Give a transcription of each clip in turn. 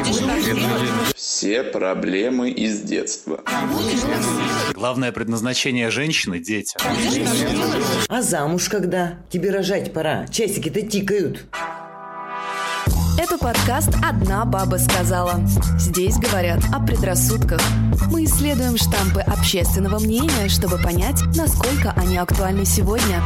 Все проблемы из детства. Главное предназначение женщины – дети. А замуж когда? Тебе рожать пора, часики-то тикают. Это подкаст «Одна баба сказала». Здесь говорят о предрассудках. Мы исследуем штампы общественного мнения, чтобы понять, насколько они актуальны сегодня.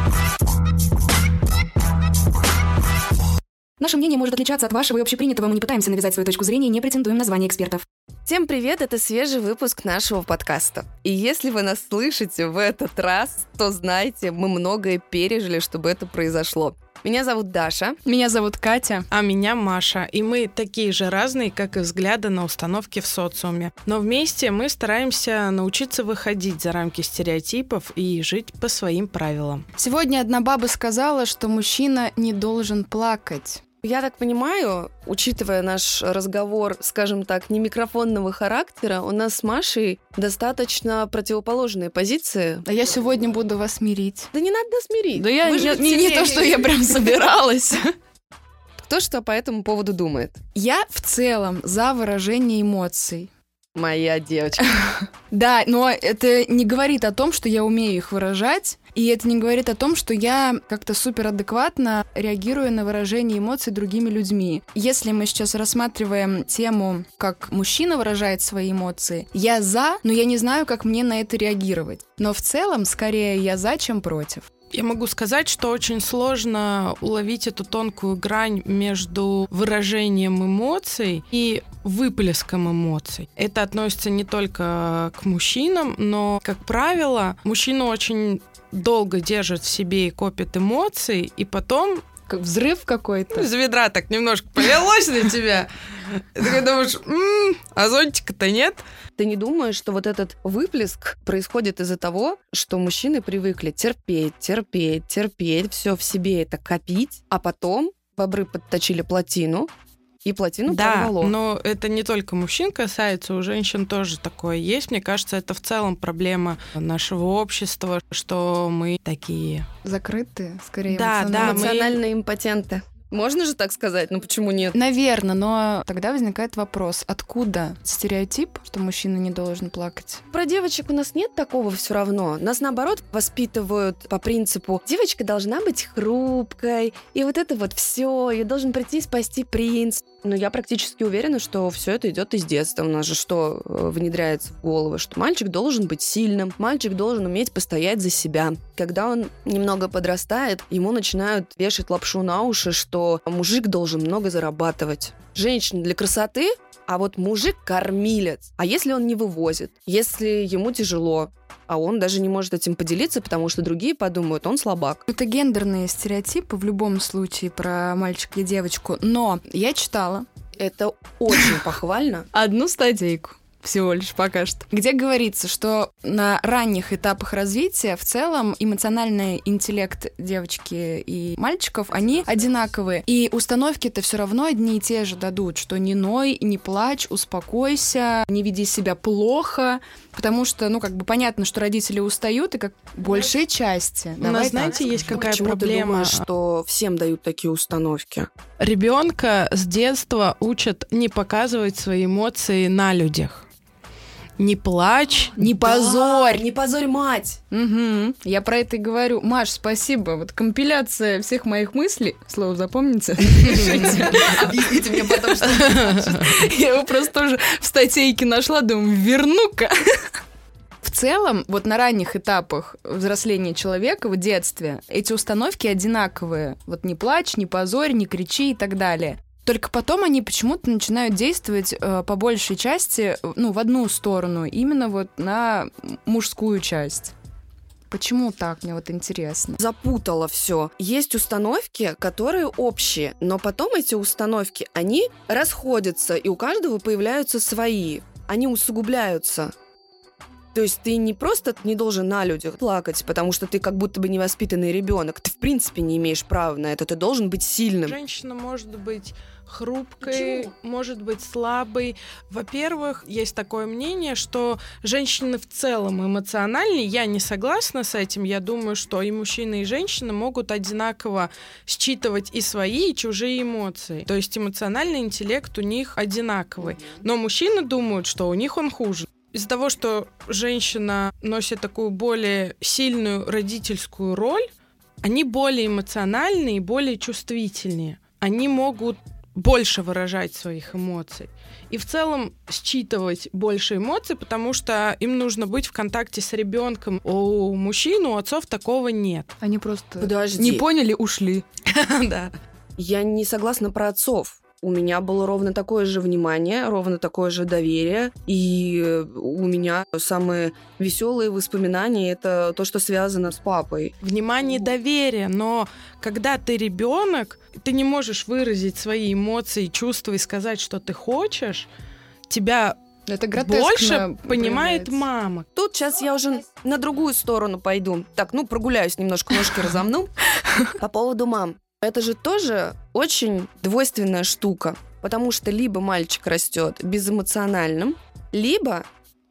Наше мнение может отличаться от вашего и общепринятого. Мы не пытаемся навязать свою точку зрения и не претендуем на звание экспертов. Всем привет, это свежий выпуск нашего подкаста. И если вы нас слышите в этот раз, то знайте, мы многое пережили, чтобы это произошло. Меня зовут Даша. Меня зовут Катя. А меня Маша. И мы такие же разные, как и взгляды на установки в социуме. Но вместе мы стараемся научиться выходить за рамки стереотипов и жить по своим правилам. Сегодня одна баба сказала, что мужчина не должен плакать. Я так понимаю, учитывая наш разговор, скажем так, не микрофонного характера, у нас с Машей достаточно противоположные позиции. А я сегодня буду вас мирить. Да не надо смирить. Да я не то, что я прям собиралась. Кто что по этому поводу думает? Я в целом за выражение эмоций. Моя девочка. Да, но это не говорит о том, что я умею их выражать, и это не говорит о том, что я как-то суперадекватно реагирую на выражение эмоций другими людьми. Если мы сейчас рассматриваем тему, как мужчина выражает свои эмоции, я за, но я не знаю, как мне на это реагировать. Но в целом, скорее, я за, чем против. Я могу сказать, что очень сложно уловить эту тонкую грань между выражением эмоций и выплеском эмоций. Это относится не только к мужчинам, но, как правило, мужчина очень долго держит в себе и копит эмоции, и потом... Как взрыв какой-то. Из ведра так немножко полилось на тебя. И ты думаешь, а зонтика-то нет. Ты не думаешь, что вот этот выплеск происходит из-за того, что мужчины привыкли терпеть, все в себе это копить, а потом бобры подточили плотину, и плотину порвало. Да, но это не только мужчин касается, у женщин тоже такое есть. Мне кажется, это в целом проблема нашего общества, что мы такие... Закрытые, скорее, эмоциональные импотенты. Можно же так сказать? Ну почему нет? Наверное, но тогда возникает вопрос, откуда стереотип, что мужчина не должен плакать? Про девочек у нас нет такого все равно. Нас, наоборот, воспитывают по принципу девочка должна быть хрупкой, и вот это вот все, ее должен прийти и спасти принц. Но я практически уверена, что все это идет из детства. У нас же что внедряется в голову? Что мальчик должен быть сильным, мальчик должен уметь постоять за себя. Когда он немного подрастает, ему начинают вешать лапшу на уши, что мужик должен много зарабатывать. Женщина для красоты, а вот мужик кормилец. А если он не вывозит? Если ему тяжело? А он даже не может этим поделиться, потому что другие подумают, он слабак. Это гендерные стереотипы в любом случае про мальчика и девочку. Но я читала. Это очень похвально. Одну статейку. Всего лишь пока что. Где говорится, что на ранних этапах развития в целом эмоциональный интеллект девочки и мальчиков, они одинаковые. И установки-то все равно одни и те же дадут, что не ной, не плачь, успокойся, не веди себя плохо, потому что, понятно, что родители устают, и как большей части. У нас, знаете, есть какая проблема? Ты думаешь, что всем дают такие установки? Ребенка с детства учат не показывать свои эмоции на людях. Не плачь, не позорь. Не позорь мать. Угу. Я про это и говорю. Маш, спасибо. Вот компиляция всех моих мыслей. Слово запомните. Объясните мне потом, что это значит. Я его просто тоже в статейке нашла, думаю, верну-ка. В целом, вот на ранних этапах взросления человека в детстве эти установки одинаковые. Вот не плачь, не позорь, не кричи и так далее. Только потом они почему-то начинают действовать по большей части, в одну сторону, именно вот на мужскую часть. Почему так? Мне вот интересно. Запутала все. Есть установки, которые общие, но потом эти установки, они расходятся, и у каждого появляются свои. Они усугубляются. То есть ты не просто не должен на людях плакать, потому что ты как будто бы невоспитанный ребенок. Ты в принципе не имеешь права на это. Ты должен быть сильным. Женщина может быть хрупкой, может быть слабой. Во-первых, есть такое мнение, что женщины в целом эмоциональны. Я не согласна с этим. Я думаю, что и мужчины, и женщины могут одинаково считывать и свои, и чужие эмоции. То есть эмоциональный интеллект у них одинаковый. Но мужчины думают, что у них он хуже. Из-за того, что женщина носит такую более сильную родительскую роль, они более эмоциональные и более чувствительнее. Они могут больше выражать своих эмоций. И в целом считывать больше эмоций, потому что им нужно быть в контакте с ребенком. У мужчин, у отцов такого нет. Они просто Подожди. не поняли, ушли. Да. Я не согласна про отцов. У меня было ровно такое же внимание, ровно такое же доверие. И у меня самые веселые воспоминания — это то, что связано с папой. Внимание и доверие, но когда ты ребенок, ты не можешь выразить свои эмоции, чувства и сказать, что ты хочешь, тебя Это гротескно больше понимает проявляется. мама. Тут сейчас я уже на другую сторону пойду. Так, прогуляюсь немножко, ножки разомну. По поводу мам. Это же тоже очень двойственная штука, потому что либо мальчик растет безэмоциональным, либо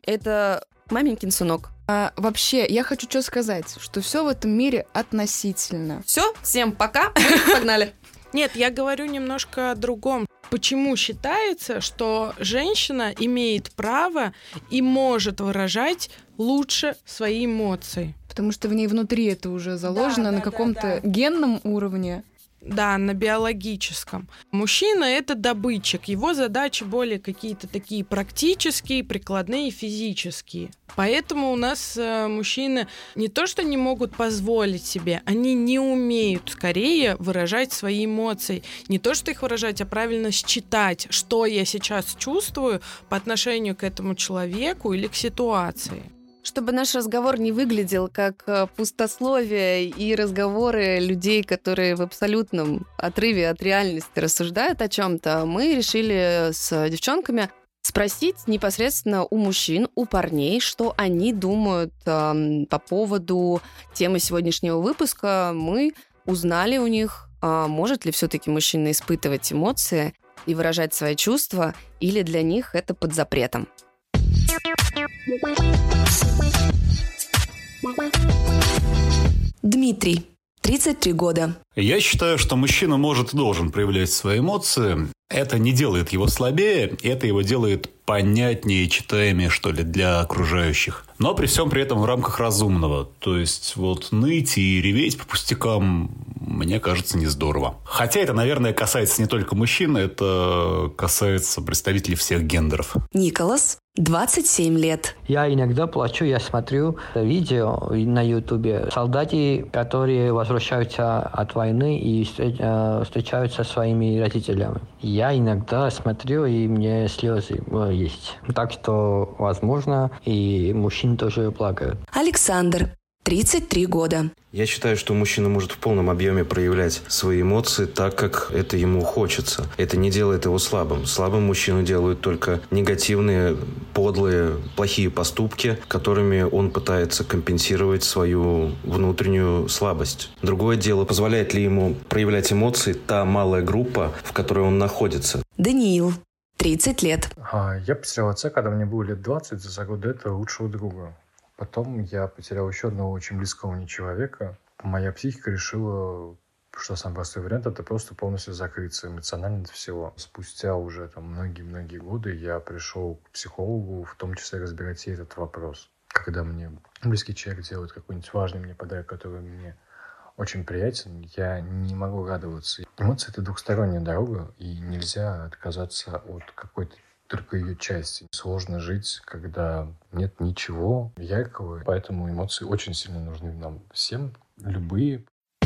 это маменькин сынок. А вообще, я хочу что сказать, что все в этом мире относительно. Все, всем пока, погнали. Нет, я говорю немножко о другом. Почему считается, что женщина имеет право и может выражать лучше свои эмоции? Потому что в ней внутри это уже заложено на каком-то генном уровне. Да, на биологическом. Мужчина — это добытчик. Его задачи более какие-то такие практические, прикладные, физические. Поэтому у нас мужчины не то что не могут позволить себе, они не умеют скорее выражать свои эмоции. Не то что их выражать, а правильно считать, что я сейчас чувствую по отношению к этому человеку или к ситуации. Чтобы наш разговор не выглядел как пустословие и разговоры людей, которые в абсолютном отрыве от реальности рассуждают о чем-то, мы решили с девчонками спросить непосредственно у мужчин, у парней, что они думают по поводу темы сегодняшнего выпуска. Мы узнали у них, может ли все-таки мужчина испытывать эмоции и выражать свои чувства, или для них это под запретом. Дмитрий, 33 года. Я считаю, что мужчина может и должен проявлять свои эмоции. Это не делает его слабее, это его делает понятнее и читаемее, что ли, для окружающих. Но при всем при этом в рамках разумного. То есть ныть и реветь по пустякам, мне кажется, не здорово. Хотя это, наверное, касается не только мужчин, это касается представителей всех гендеров. Николас, 27 лет. Я иногда плачу, я смотрю видео на Ютубе. Солдаты, которые возвращаются от войны и встречаются со своими родителями. Я иногда смотрю, и мне слезы есть. Так что, возможно, и мужчины тоже плакают. Александр, 33 года. Я считаю, что мужчина может в полном объеме проявлять свои эмоции так, как это ему хочется. Это не делает его слабым. Слабым мужчину делают только негативные, подлые, плохие поступки, которыми он пытается компенсировать свою внутреннюю слабость. Другое дело, позволяет ли ему проявлять эмоции та малая группа, в которой он находится. Даниил, 30 лет. Я потерял отца, когда мне было лет 20, за год до этого лучшего друга. Потом я потерял еще одного очень близкого мне человека. Моя психика решила, что самый простой вариант — это просто полностью закрыться эмоционально от всего. Спустя уже многие-многие годы я пришел к психологу, в том числе разбирать и этот вопрос. Когда мне близкий человек делает какой-нибудь важный мне подарок, который мне очень приятен, я не могу радоваться. Эмоции — это двухсторонняя дорога, и нельзя отказаться от какой-то только ее части. Сложно жить, когда нет ничего яркого, поэтому эмоции очень сильно нужны нам всем, любые.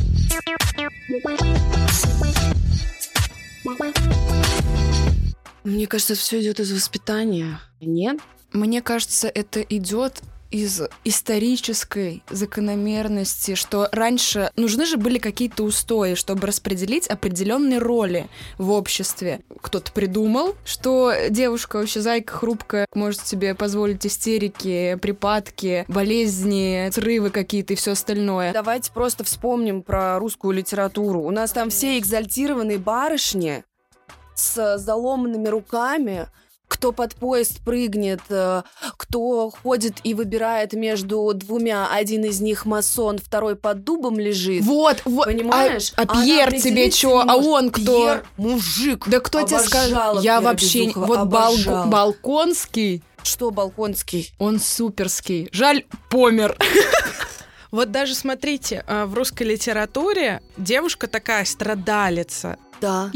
Мне кажется, все идет из воспитания. Нет? Мне кажется, это идет из исторической закономерности, что раньше нужны же были какие-то устои, чтобы распределить определенные роли в обществе. Кто-то придумал, что девушка вообще зайка хрупкая, может себе позволить истерики, припадки, болезни, срывы какие-то и все остальное. Давайте просто вспомним про русскую литературу. У нас там все экзальтированные барышни. с заломанными руками, кто под поезд прыгнет, кто ходит и выбирает между двумя, один из них масон, второй под дубом лежит. Вот. Понимаешь? А Пьер тебе чё? А он кто? Пьер мужик. Да кто тебе сказал? Я вообще... Вот Балконский. Что Балконский? Он суперский. Жаль, помер. Вот даже смотрите, в русской литературе девушка такая страдалица. Да.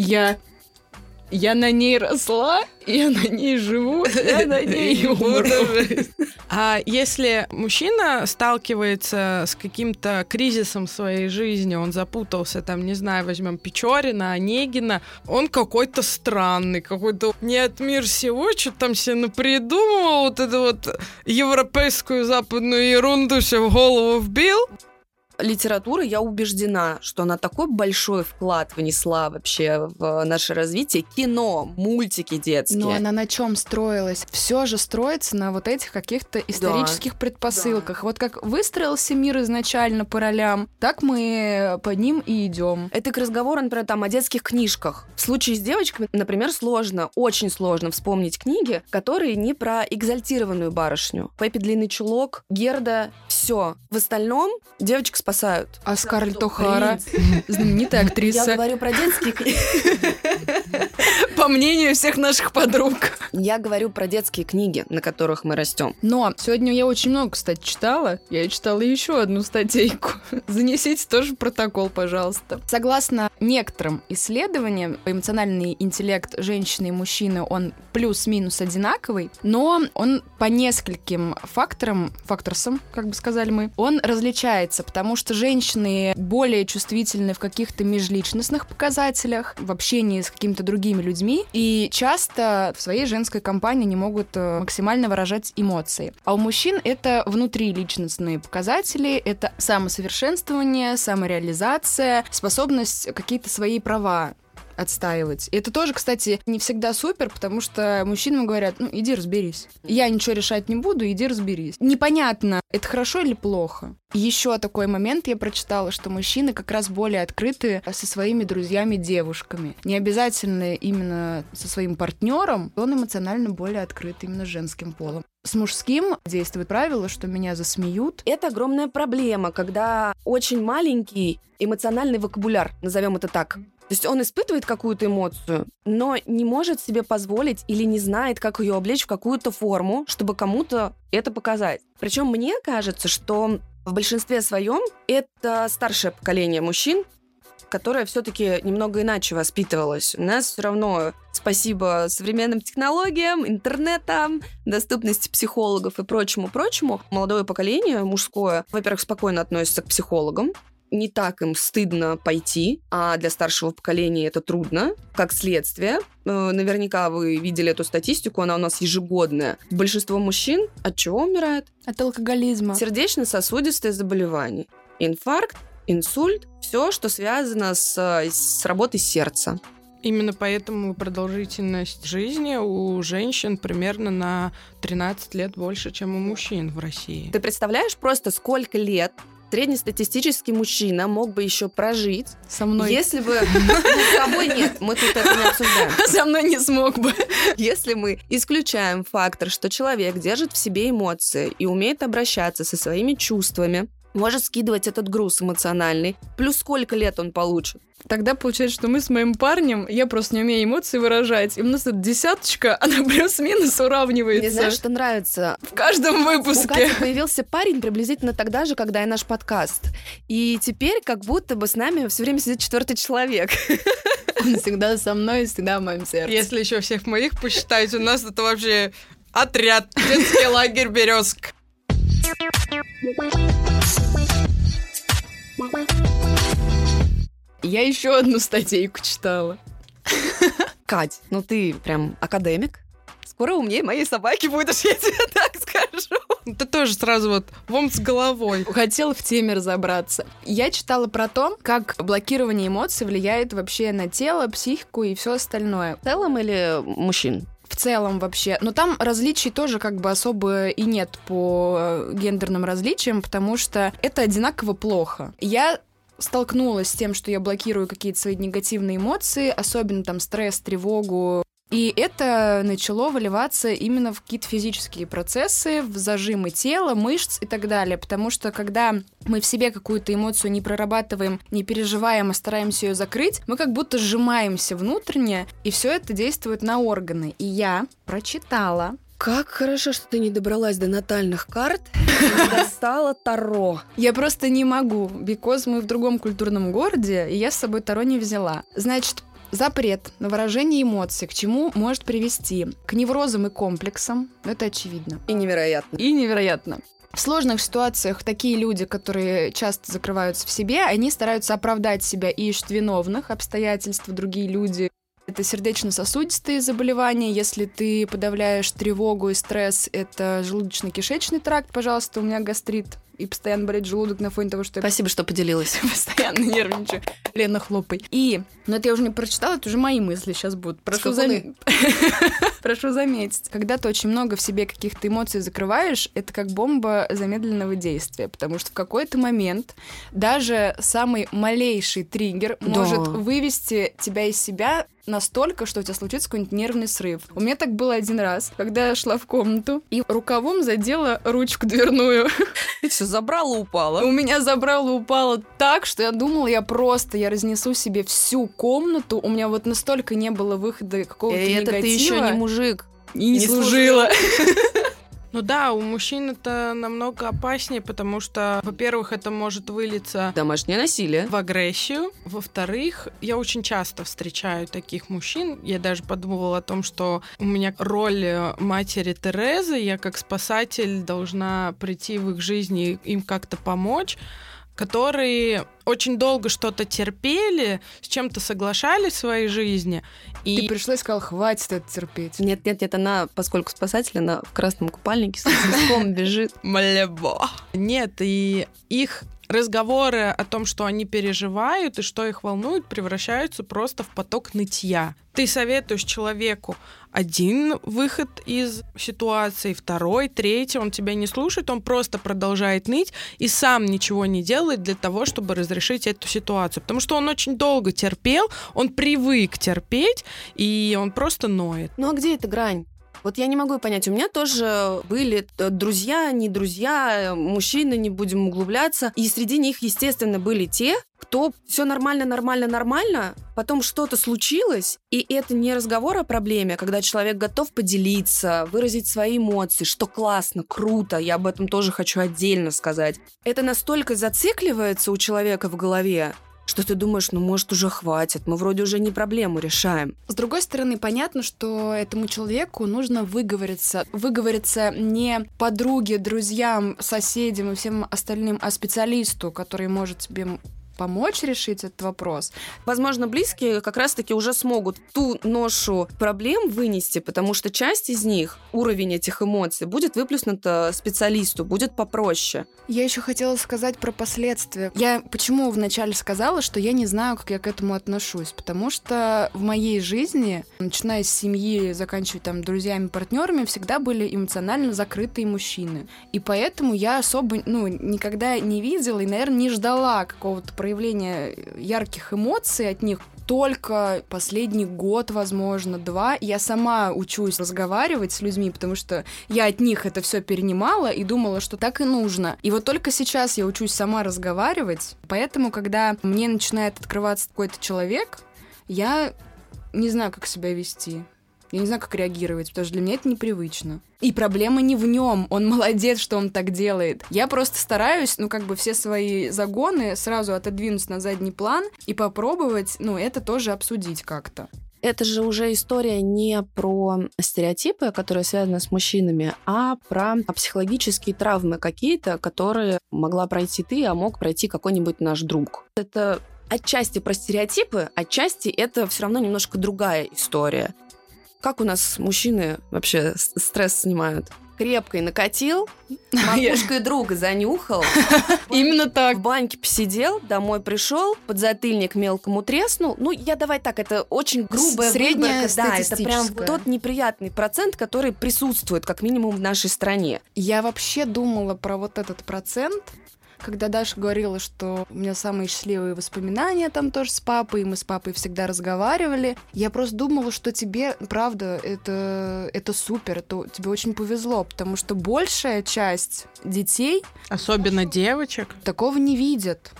Я на ней росла, я на ней живу, я на ней умру. А если мужчина сталкивается с каким-то кризисом в своей жизни, он запутался, там, не знаю, возьмем Печорина, Онегина, он какой-то странный, какой-то не от мира сего, что-то там себе напридумывал, вот эту вот европейскую западную ерунду себе в голову вбил. Литература, я убеждена, что она такой большой вклад внесла вообще в наше развитие. Кино, мультики детские. Но она на чем строилась? Все же строится на вот этих каких-то исторических предпосылках. Вот как выстроился мир изначально по ролям, так мы по ним и идем. Это к разговору, например, там, о детских книжках. В случае с девочками, например, сложно, очень сложно вспомнить книги, которые не про экзальтированную барышню. Пеппи Длинный Чулок, Герда, все. В остальном девочек спасают. А Скарлетт О'Хара, знаменитая актриса. Я говорю про детские книги. По мнению всех наших подруг. Я говорю про детские книги, на которых мы растем. Но сегодня я очень много, кстати, читала. Я читала еще одну статейку. Занесите тоже в протокол, пожалуйста. Согласно некоторым исследованиям, эмоциональный интеллект женщины и мужчины, он плюс-минус одинаковый, но он по нескольким факторсам, как бы сказали мы, он различается, потому что женщины более чувствительны в каких-то межличностных показателях, в общении с какими-то другими людьми, и часто в своей женской компании не могут максимально выражать эмоции. А у мужчин это внутриличностные показатели, это самосовершенствование, самореализация, способность какие-то свои права отстаивать. И это тоже, кстати, не всегда супер, потому что мужчинам говорят, иди разберись. Я ничего решать не буду, иди разберись. Непонятно, это хорошо или плохо. Еще такой момент я прочитала, что мужчины как раз более открыты со своими друзьями-девушками. Не обязательно именно со своим партнером, он эмоционально более открыт именно с женским полом. С мужским действует правило, что меня засмеют. Это огромная проблема, когда очень маленький эмоциональный вокабуляр, назовем это так. То есть он испытывает какую-то эмоцию, но не может себе позволить или не знает, как ее облечь в какую-то форму, чтобы кому-то это показать. Причем мне кажется, что в большинстве своем это старшее поколение мужчин, которое все-таки немного иначе воспитывалось. У нас все равно, спасибо современным технологиям, интернетам, доступности психологов и прочему, молодое поколение мужское, во-первых, спокойно относится к психологам, не так им стыдно пойти, а для старшего поколения это трудно. Как следствие, наверняка вы видели эту статистику, она у нас ежегодная. Большинство мужчин от чего умирает? От алкоголизма. Сердечно-сосудистые заболевания. Инфаркт, инсульт, все, что связано с работой сердца. Именно поэтому продолжительность жизни у женщин примерно на 13 лет больше, чем у мужчин в России. Ты представляешь просто, сколько лет среднестатистический мужчина мог бы еще прожить со мной? Если бы... С тобой нет, мы тут это не обсуждаем. Со мной не смог бы. Если мы исключаем фактор, что человек держит в себе эмоции и умеет обращаться со своими чувствами, может скидывать этот груз эмоциональный, плюс сколько лет он получит? Тогда получается, что мы с моим парнем, я просто не умею эмоции выражать, и у нас эта десяточка, она плюс-минус уравнивается. Мне знаешь, что нравится? В каждом выпуске. У Кати появился парень приблизительно тогда же, когда и наш подкаст. И теперь как будто бы с нами все время сидит четвертый человек. Он всегда со мной и всегда в моем сердце. Если еще всех моих посчитать, у нас это вообще отряд, детский лагерь «Березка». Я еще одну статейку читала. Кать, ну ты прям академик. Скоро умнее моей собаки будешь, я тебе так скажу. Ты тоже сразу вот вон с головой. Хотела в теме разобраться. Я читала про то, как блокирование эмоций влияет вообще на тело, психику и все остальное. В целом или мужчин? В целом вообще. Но там различий тоже как бы особо и нет по гендерным различиям, потому что это одинаково плохо. Я столкнулась с тем, что я блокирую какие-то свои негативные эмоции, особенно там стресс, тревогу. И это начало выливаться именно в какие-то физические процессы, в зажимы тела, мышц и так далее. Потому что когда мы в себе какую-то эмоцию не прорабатываем, не переживаем, а стараемся ее закрыть, мы как будто сжимаемся внутренне, и все это действует на органы. И я прочитала. Как хорошо, что ты не добралась до натальных карт и достала Таро. Я просто не могу, because мы в другом культурном городе, и я с собой Таро не взяла. Значит, запрет на выражение эмоций к чему может привести? К неврозам и комплексам, это очевидно. И невероятно. И невероятно. В сложных ситуациях такие люди, которые часто закрываются в себе, они стараются оправдать себя и ищут виновных обстоятельств, другие люди. Это сердечно-сосудистые заболевания. Если ты подавляешь тревогу и стресс, это желудочно-кишечный тракт. Пожалуйста, у меня гастрит и постоянно болит желудок на фоне того, что Спасибо, что поделилась. я постоянно нервничаю. Лена, хлопай. Но это я уже не прочитала, это уже мои мысли сейчас будут. Прошу заметить. Когда ты очень много в себе каких-то эмоций закрываешь, это как бомба замедленного действия, потому что в какой-то момент даже самый малейший триггер может вывести тебя из себя настолько, что у тебя случится какой-нибудь нервный срыв. У меня так было один раз, когда я шла в комнату и рукавом задела ручку дверную. И все, забрала, упала. У меня забрало, упало так, что я думала, я разнесу себе всю комнату. У меня вот настолько не было выхода какого-то негатива. Это ты еще не мужик. И не служила. Ну да, у мужчин это намного опаснее, потому что, во-первых, это может вылиться Домашнее насилие. в агрессию. Во-вторых, я очень часто встречаю таких мужчин. Я даже подумывала о том, что у меня роль матери Терезы, я как спасатель должна прийти в их жизни и им как-то помочь, которые очень долго что-то терпели, с чем-то соглашались в своей жизни. И ты пришла и сказала, хватит это терпеть. Нет, она, поскольку спасатель, она в красном купальнике с языком бежит. Млебо. Нет, и их разговоры о том, что они переживают и что их волнует, превращаются просто в поток нытья. Ты советуешь человеку один выход из ситуации, второй, третий, он тебя не слушает, он просто продолжает ныть и сам ничего не делает для того, чтобы разрешить эту ситуацию. Потому что он очень долго терпел, он привык терпеть, и он просто ноет. Ну а где эта грань? Вот я не могу понять, у меня тоже были друзья, не друзья, мужчины, не будем углубляться. И среди них, естественно, были те, кто все нормально, потом что-то случилось, и это не разговор о проблеме, когда человек готов поделиться, выразить свои эмоции, что классно, круто, я об этом тоже хочу отдельно сказать. Это настолько зацикливается у человека в голове, что ты думаешь, может, уже хватит, мы вроде уже не проблему решаем. С другой стороны, понятно, что этому человеку нужно выговориться. Выговориться не подруге, друзьям, соседям и всем остальным, а специалисту, который может тебе помочь решить этот вопрос. Возможно, близкие как раз-таки уже смогут ту ношу проблем вынести, потому что часть из них, уровень этих эмоций, будет выплеснута специалисту, будет попроще. Я еще хотела сказать про последствия. Я почему вначале сказала, что я не знаю, как я к этому отношусь, потому что в моей жизни, начиная с семьи, заканчивая там друзьями, партнерами, всегда были эмоционально закрытые мужчины. И поэтому я особо, никогда не видела и, наверное, не ждала какого-то проявления ярких эмоций от них. Только последний год, возможно, 2, я сама учусь разговаривать с людьми, потому что я от них это все перенимала и думала, что так и нужно. И вот только сейчас я учусь сама разговаривать, поэтому, когда мне начинает открываться какой-то человек, я не знаю, как себя вести. Я не знаю, как реагировать, потому что для меня это непривычно. И проблема не в нем, он молодец, что он так делает. Я просто стараюсь, все свои загоны сразу отодвинуть на задний план и попробовать, это тоже обсудить как-то. Это же уже история не про стереотипы, которые связаны с мужчинами, а про психологические травмы какие-то, которые могла пройти ты, а мог пройти какой-нибудь наш друг. Это отчасти про стереотипы, отчасти это все равно немножко другая история. Как у нас мужчины вообще стресс снимают? Крепкой накатил, макушкой друга занюхал. Именно так. В баньке посидел, домой пришел, подзатыльник мелкому треснул. Это очень грубая средняя выборка. Да, это прям статистическая. тот неприятный процент, который присутствует, как минимум, в нашей стране. Я вообще думала про вот этот процент, Когда Даша говорила, что у меня самые счастливые воспоминания там тоже с папой, и мы с папой всегда разговаривали, я просто думала, что тебе, правда, это супер, тебе очень повезло, потому что большая часть детей, особенно девочек, такого не видят.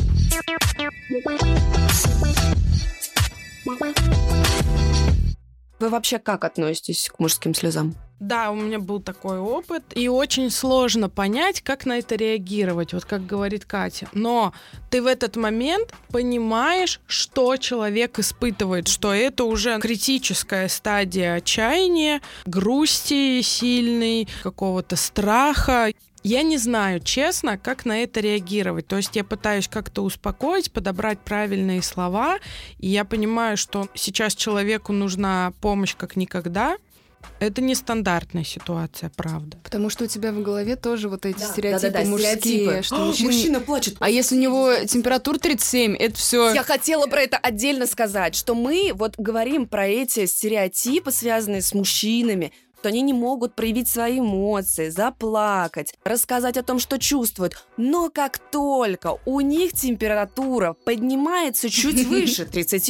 Вы вообще как относитесь к мужским слезам? Да, у меня был такой опыт, и очень сложно понять, как на это реагировать, вот как говорит Катя. Но ты в этот момент понимаешь, что человек испытывает, что это уже критическая стадия отчаяния, грусти сильной, какого-то страха. Я не знаю, честно, как на это реагировать. То есть я пытаюсь как-то успокоить, подобрать правильные слова, и я понимаю, что сейчас человеку нужна помощь как никогда. Это нестандартная ситуация, правда. Потому что у тебя в голове тоже вот эти стереотипы Да-да-да, мужские. стереотипы. Что Мужчина плачет. А если у него температура 37, это все. Я хотела про это отдельно сказать, что мы вот говорим про эти стереотипы, связанные с мужчинами, что они не могут проявить свои эмоции, заплакать, рассказать о том, что чувствуют. Но как только у них температура поднимается чуть выше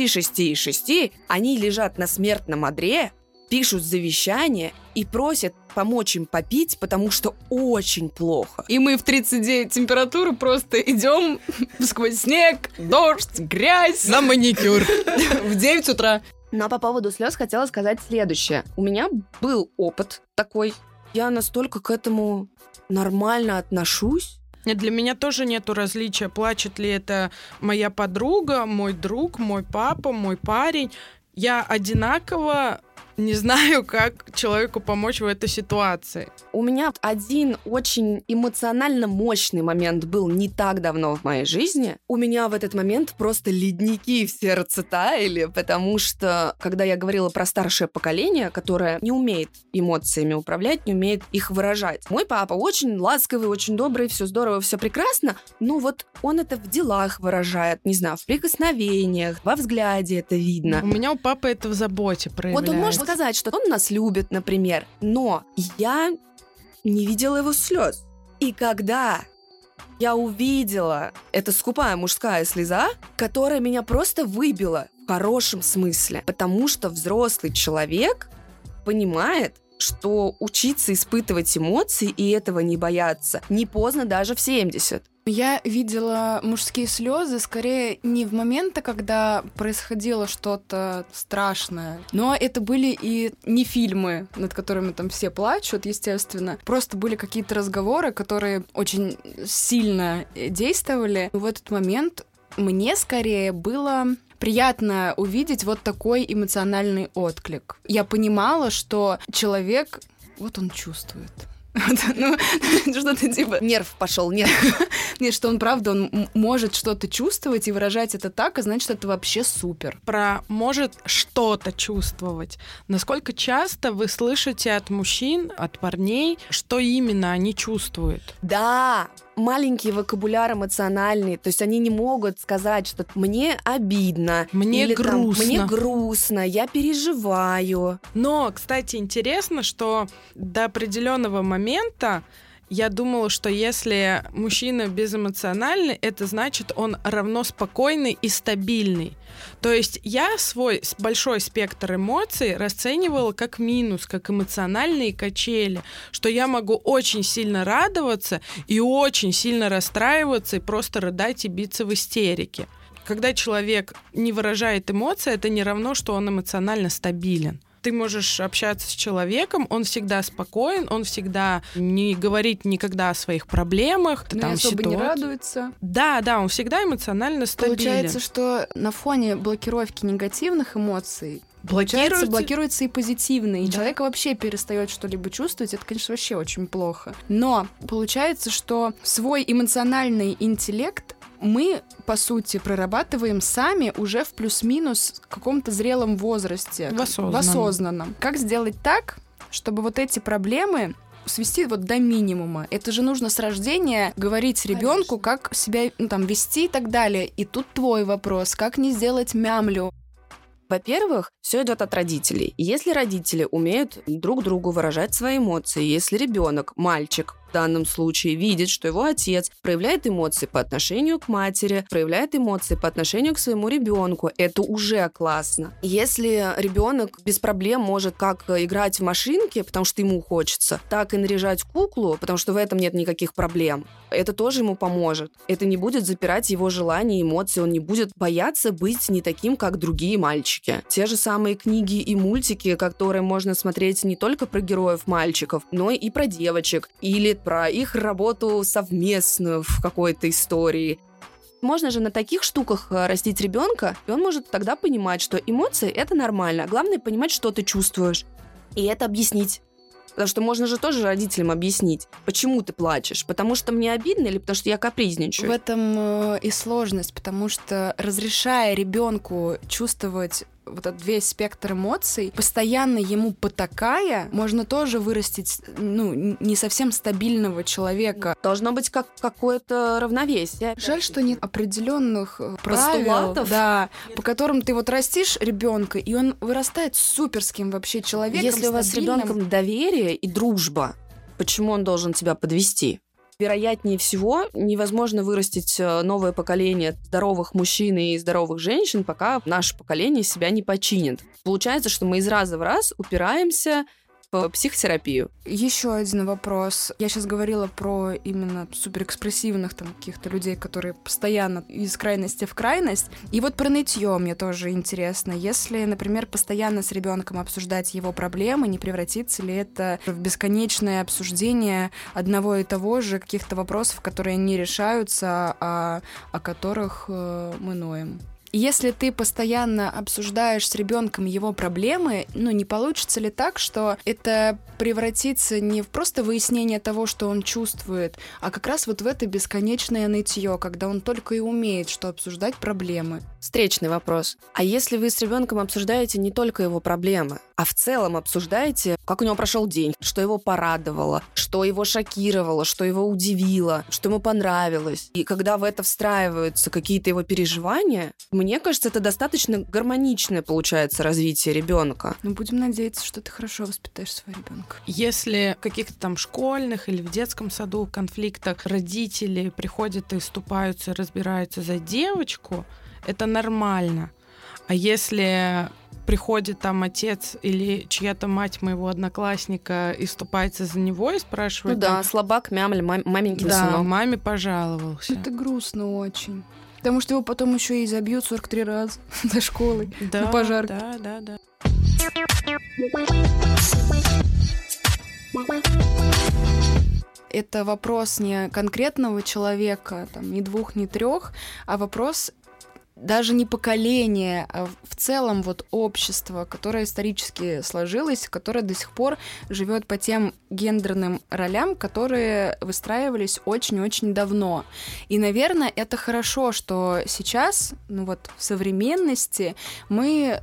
36,6, они лежат на смертном одре, пишут завещание и просят помочь им попить, потому что очень плохо. И мы в 39 температуры просто идем сквозь снег, дождь, грязь. На маникюр. В 9 утра. Но по поводу слез хотела сказать следующее. У меня был опыт такой. Я настолько к этому нормально отношусь. Нет, для меня тоже нету различия, плачет ли это моя подруга, мой друг, мой папа, мой парень. Я одинаково не знаю, как человеку помочь в этой ситуации. У меня один очень эмоционально мощный момент был не так давно в моей жизни. У меня в этот момент просто ледники в сердце таяли, потому что, когда я говорила про старшее поколение, которое не умеет эмоциями управлять, не умеет их выражать. Мой папа очень ласковый, очень добрый, все здорово, все прекрасно, но вот он это в делах выражает, не знаю, в прикосновениях, во взгляде это видно. У меня у папы это в заботе проявляется. Вот он может сказать, что он нас любит, например, но я не видела его слез. И когда я увидела, это скупая мужская слеза, которая меня просто выбила в хорошем смысле, потому что взрослый человек понимает, что учиться испытывать эмоции и этого не бояться не поздно даже в 70. Я видела мужские слезы скорее не в моменты, когда происходило что-то страшное, но это были и не фильмы, над которыми там все плачут, естественно. Просто были какие-то разговоры, которые очень сильно действовали. В этот момент мне скорее было приятно увидеть вот такой эмоциональный отклик. Я понимала, что человек, вот он чувствует. Ну, что-то типа... Нерв пошел, нерв. Нет, что он, правда, он может что-то чувствовать и выражать это так, а значит, это вообще супер. Про может что-то чувствовать. Насколько часто вы слышите от мужчин, от парней, что именно они чувствуют? Да, маленький вокабуляр эмоциональный, то есть они не могут сказать, что мне обидно, мне или грустно, там, мне грустно, я переживаю. Но, кстати, интересно, что до определенного момента я думала, что если мужчина безэмоциональный, это значит, он равно спокойный и стабильный. То есть я свой большой спектр эмоций расценивала как минус, как эмоциональные качели, что я могу очень сильно радоваться и очень сильно расстраиваться и просто рыдать и биться в истерике. Когда человек не выражает эмоции, это не равно, что он эмоционально стабилен. Ты можешь общаться с человеком, он всегда спокоен, он всегда не говорит никогда о своих проблемах. Но особо не радуется. Да, он всегда эмоционально стабилен. Получается, что на фоне блокировки негативных эмоций блокируются и позитивные. И человек вообще перестает что-либо чувствовать. Это, конечно, вообще очень плохо. Но получается, что свой эмоциональный интеллект мы, по сути, прорабатываем сами уже в плюс-минус каком-то зрелом возрасте. В осознанном. Как сделать так, чтобы вот эти проблемы свести вот до минимума? Это же нужно с рождения говорить ребенку, как себя вести и так далее. И тут твой вопрос, как не сделать мямлю? Во-первых, все идет от родителей. Если родители умеют друг другу выражать свои эмоции, если ребенок, мальчик, в данном случае видит, что его отец проявляет эмоции по отношению к матери, проявляет эмоции по отношению к своему ребенку, это уже классно. Если ребенок без проблем может как играть в машинки, потому что ему хочется, так и наряжать куклу, потому что в этом нет никаких проблем, это тоже ему поможет. Это не будет запирать его желания, эмоции, он не будет бояться быть не таким, как другие мальчики. Те же самые книги и мультики, которые можно смотреть не только про героев мальчиков, но и про девочек, или про их работу совместную в какой-то истории. Можно же на таких штуках растить ребенка, и он может тогда понимать, что эмоции — это нормально. Главное — понимать, что ты чувствуешь, и это объяснить. Потому что можно же тоже родителям объяснить, почему ты плачешь. Потому что мне обидно или потому что я капризничаю. В этом и сложность, потому что, разрешая ребенку чувствовать вот этот весь спектр эмоций, постоянно ему потакая, можно тоже вырастить, не совсем стабильного человека. Должно быть какое-то равновесие. Жаль, что нет определенных правил, по которым ты вот растишь ребенка, и он вырастает суперским вообще человеком. Если у вас с ребенком доверие и дружба, почему он должен тебя подвести? Вероятнее всего, невозможно вырастить новое поколение здоровых мужчин и здоровых женщин, пока наше поколение себя не починит. Получается, что мы из раза в раз упираемся в психотерапию. Еще один вопрос. Я сейчас говорила про именно суперэкспрессивных там каких-то людей, которые постоянно из крайности в крайность. И вот про нытье мне тоже интересно. Если, например, постоянно с ребенком обсуждать его проблемы, не превратится ли это в бесконечное обсуждение одного и того же, каких-то вопросов, которые не решаются, а о которых мы ноем? Если ты постоянно обсуждаешь с ребенком его проблемы, не получится ли так, что это превратится не в просто выяснение того, что он чувствует, а как раз вот в это бесконечное нытье, когда он только и умеет, что обсуждать проблемы? Встречный вопрос. А если вы с ребенком обсуждаете не только его проблемы, а в целом обсуждаете, как у него прошел день, что его порадовало, что его шокировало, что его удивило, что ему понравилось, и когда в это встраиваются какие-то его переживания, мне кажется, это достаточно гармоничное получается развитие ребенка. Будем надеяться, что ты хорошо воспитаешь своего ребенка. Если в каких-то там школьных или в детском саду конфликтах родители приходят и вступаются, разбираются за девочку, это нормально. А если приходит там отец или чья-то мать моего одноклассника и вступается за него и спрашивает... слабак, мямля, маменькин сынок. сынок. Маме пожаловался. Это грустно очень. Потому что его потом еще и забьют 43 раза до школы на пожарке. Да. Это вопрос не конкретного человека, не 2, не 3, а вопрос даже не поколения, а в целом общество, которое исторически сложилось, которое до сих пор живет по тем гендерным ролям, которые выстраивались очень-очень давно. И, наверное, это хорошо, что сейчас, в современности мы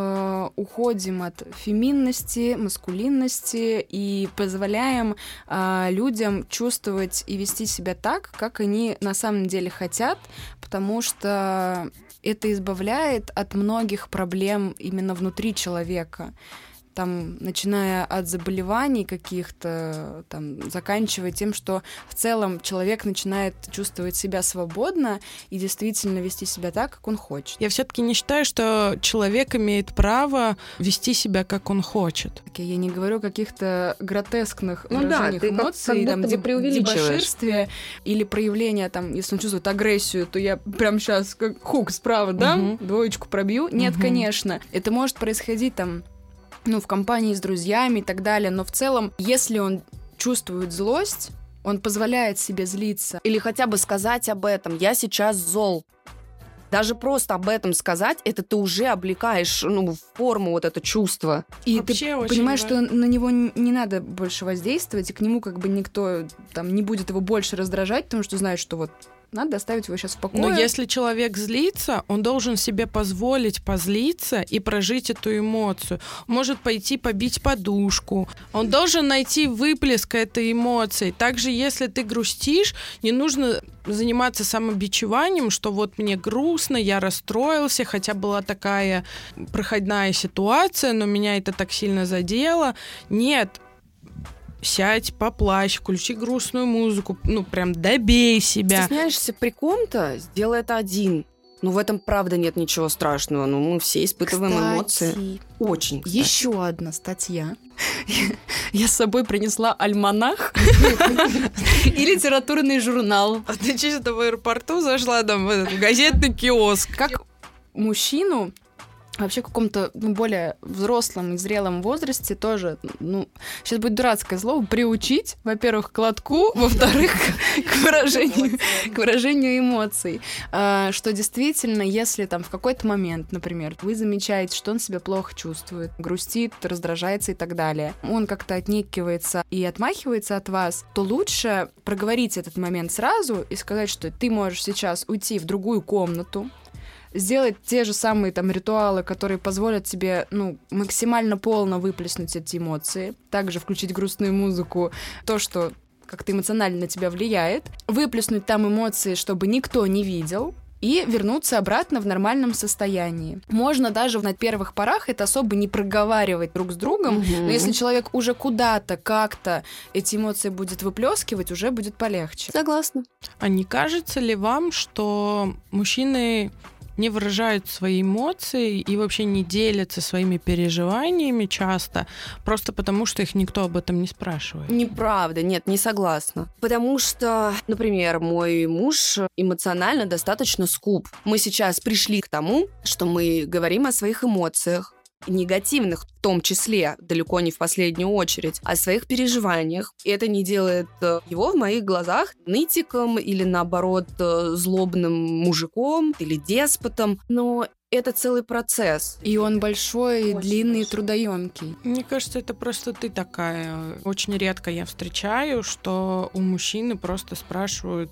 уходим от феминности, маскулинности и позволяем людям чувствовать и вести себя так, как они на самом деле хотят, потому что это избавляет от многих проблем именно внутри человека. Начиная от заболеваний каких-то, заканчивая тем, что в целом человек начинает чувствовать себя свободно и действительно вести себя так, как он хочет. Я все-таки не считаю, что человек имеет право вести себя, как он хочет. Я не говорю о каких-то гротескных выражениях эмоций, дебоширстве или проявления, если он чувствует агрессию, то я прямо сейчас как хук справа, 2 пробью. Нет, конечно. Это может происходить в компании с друзьями и так далее, но в целом, если он чувствует злость, он позволяет себе злиться. Или хотя бы сказать об этом: я сейчас зол. Даже просто об этом сказать, это ты уже облекаешь в форму это чувство. И вообще ты понимаешь, что на него не надо больше воздействовать, и к нему никто не будет его больше раздражать, потому что знает, что надо оставить его сейчас в покое. Но если человек злится, он должен себе позволить позлиться и прожить эту эмоцию. Может пойти побить подушку. Он должен найти выплеск этой эмоции. Также, если ты грустишь, не нужно заниматься самобичеванием, что мне грустно, я расстроился, хотя была такая проходная ситуация, но меня это так сильно задело. Нет. сядь, поплачь, включи грустную музыку, прям добей себя. Стесняешься при ком-то, сделай это один. В этом, правда, нет ничего страшного. Мы все испытываем эмоции. Очень, кстати. Еще одна статья. Я с собой принесла альманах и литературный журнал. А ты чисто в аэропорту зашла там в этот газетный киоск. Как мужчину вообще в каком-то более взрослом и зрелом возрасте тоже, сейчас будет дурацкое слово, приучить, во-первых, к лотку, во-вторых, к выражению эмоций. Что действительно, если там в какой-то момент, например, вы замечаете, что он себя плохо чувствует, грустит, раздражается и так далее, он как-то отнекивается и отмахивается от вас, то лучше проговорить этот момент сразу и сказать, что ты можешь сейчас уйти в другую комнату, сделать те же самые там ритуалы, которые позволят тебе, максимально полно выплеснуть эти эмоции. Также включить грустную музыку, то, что как-то эмоционально на тебя влияет. Выплеснуть там эмоции, чтобы никто не видел. И вернуться обратно в нормальном состоянии. Можно даже на первых порах это особо не проговаривать друг с другом, но если человек уже куда-то, как-то эти эмоции будет выплескивать, уже будет полегче. Согласна. А не кажется ли вам, что мужчины не выражают свои эмоции и вообще не делятся своими переживаниями часто, просто потому что их никто об этом не спрашивает? Неправда, нет, не согласна. Потому что, например, мой муж эмоционально достаточно скуп. Мы сейчас пришли к тому, что мы говорим о своих эмоциях, негативных в том числе, далеко не в последнюю очередь, о своих переживаниях. И это не делает его в моих глазах нытиком или, наоборот, злобным мужиком или деспотом. Но это целый процесс. И он большой, длинный и трудоемкий. Мне кажется, это просто ты такая. Очень редко я встречаю, что у мужчины просто спрашивают,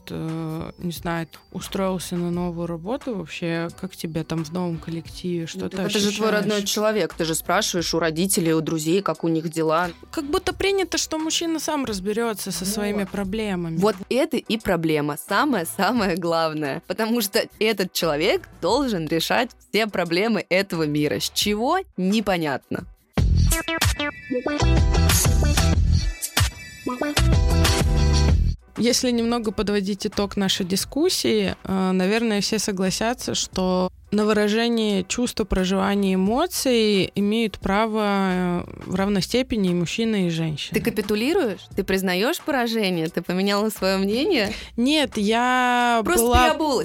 не знаю, устроился на новую работу вообще, как тебе там в новом коллективе, что ты ощущаешь? Это же твой родной человек, ты же спрашиваешь у родителей, у друзей, как у них дела. Как будто принято, что мужчина сам разберется со своими проблемами. Вот это и проблема, самое-самое главное. Потому что этот человек должен решать все проблемы этого мира. С чего? Непонятно. Если немного подводить итог нашей дискуссии, наверное, все согласятся, что на выражение чувства, проживания эмоций имеют право в равной степени и мужчина, и женщина. Ты капитулируешь? Ты признаешь поражение? Ты поменяла свое мнение? Нет, я просто переобулась.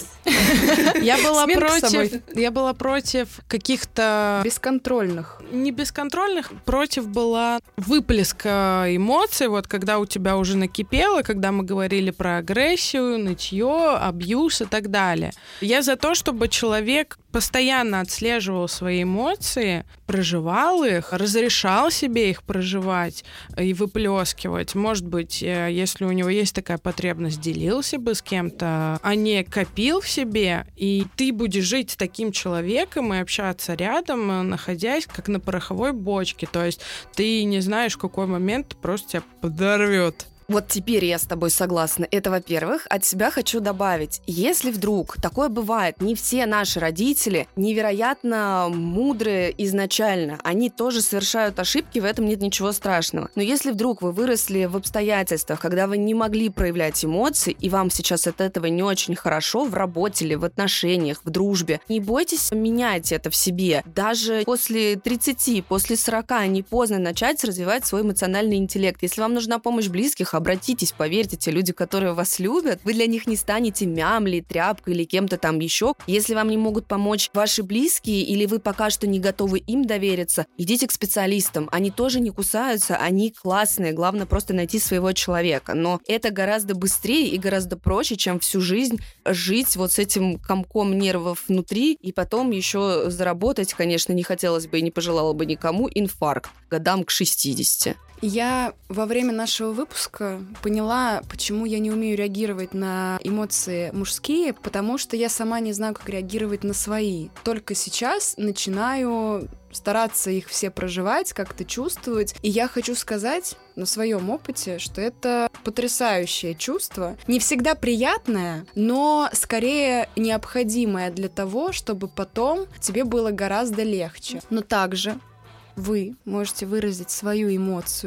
Я была против каких-то... бесконтрольных. Не бесконтрольных, против была выплеска эмоций, вот когда у тебя уже накипело, когда мы говорили про агрессию, нытье, абьюз и так далее. Я за то, чтобы человек постоянно отслеживал свои эмоции, проживал их, разрешал себе их проживать и выплескивать. Может быть, если у него есть такая потребность, делился бы с кем-то, а не копил в себе. И ты будешь жить с таким человеком и общаться рядом, находясь как на пороховой бочке. То есть ты не знаешь, в какой момент просто тебя подорвет. Вот теперь я с тобой согласна. Это, во-первых. От себя хочу добавить. Если вдруг такое бывает, не все наши родители невероятно мудрые изначально. Они тоже совершают ошибки, в этом нет ничего страшного. Но если вдруг вы выросли в обстоятельствах, когда вы не могли проявлять эмоции, и вам сейчас от этого не очень хорошо в работе или в отношениях, в дружбе, не бойтесь менять это в себе. Даже после 30, после 40 не поздно начать развивать свой эмоциональный интеллект. Если вам нужна помощь близких, обратитесь, поверьте, те люди, которые вас любят, вы для них не станете мямлей, тряпкой или кем-то там еще. Если вам не могут помочь ваши близкие или вы пока что не готовы им довериться, идите к специалистам. Они тоже не кусаются, они классные. Главное просто найти своего человека. Но это гораздо быстрее и гораздо проще, чем всю жизнь жить вот с этим комком нервов внутри и потом еще заработать, конечно, не хотелось бы и не пожелала бы никому, инфаркт годам к 60. Я во время нашего выпуска поняла, почему я не умею реагировать на эмоции мужские, потому что я сама не знаю, как реагировать на свои. Только сейчас начинаю стараться их все проживать, как-то чувствовать. И я хочу сказать на своем опыте, что это потрясающее чувство. Не всегда приятное, но скорее необходимое для того, чтобы потом тебе было гораздо легче. Но также вы можете выразить свою эмоцию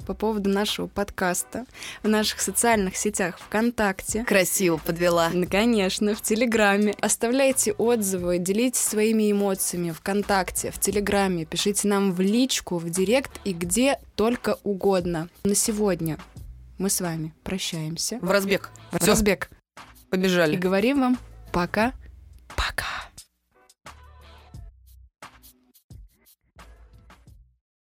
по поводу нашего подкаста в наших социальных сетях ВКонтакте. Красиво подвела. Ну, конечно, в Телеграме. Оставляйте отзывы, делитесь своими эмоциями ВКонтакте, в Телеграме, пишите нам в личку, в директ и где только угодно. На сегодня мы с вами прощаемся. В разбег. В разбег. Побежали. И говорим вам пока. Пока.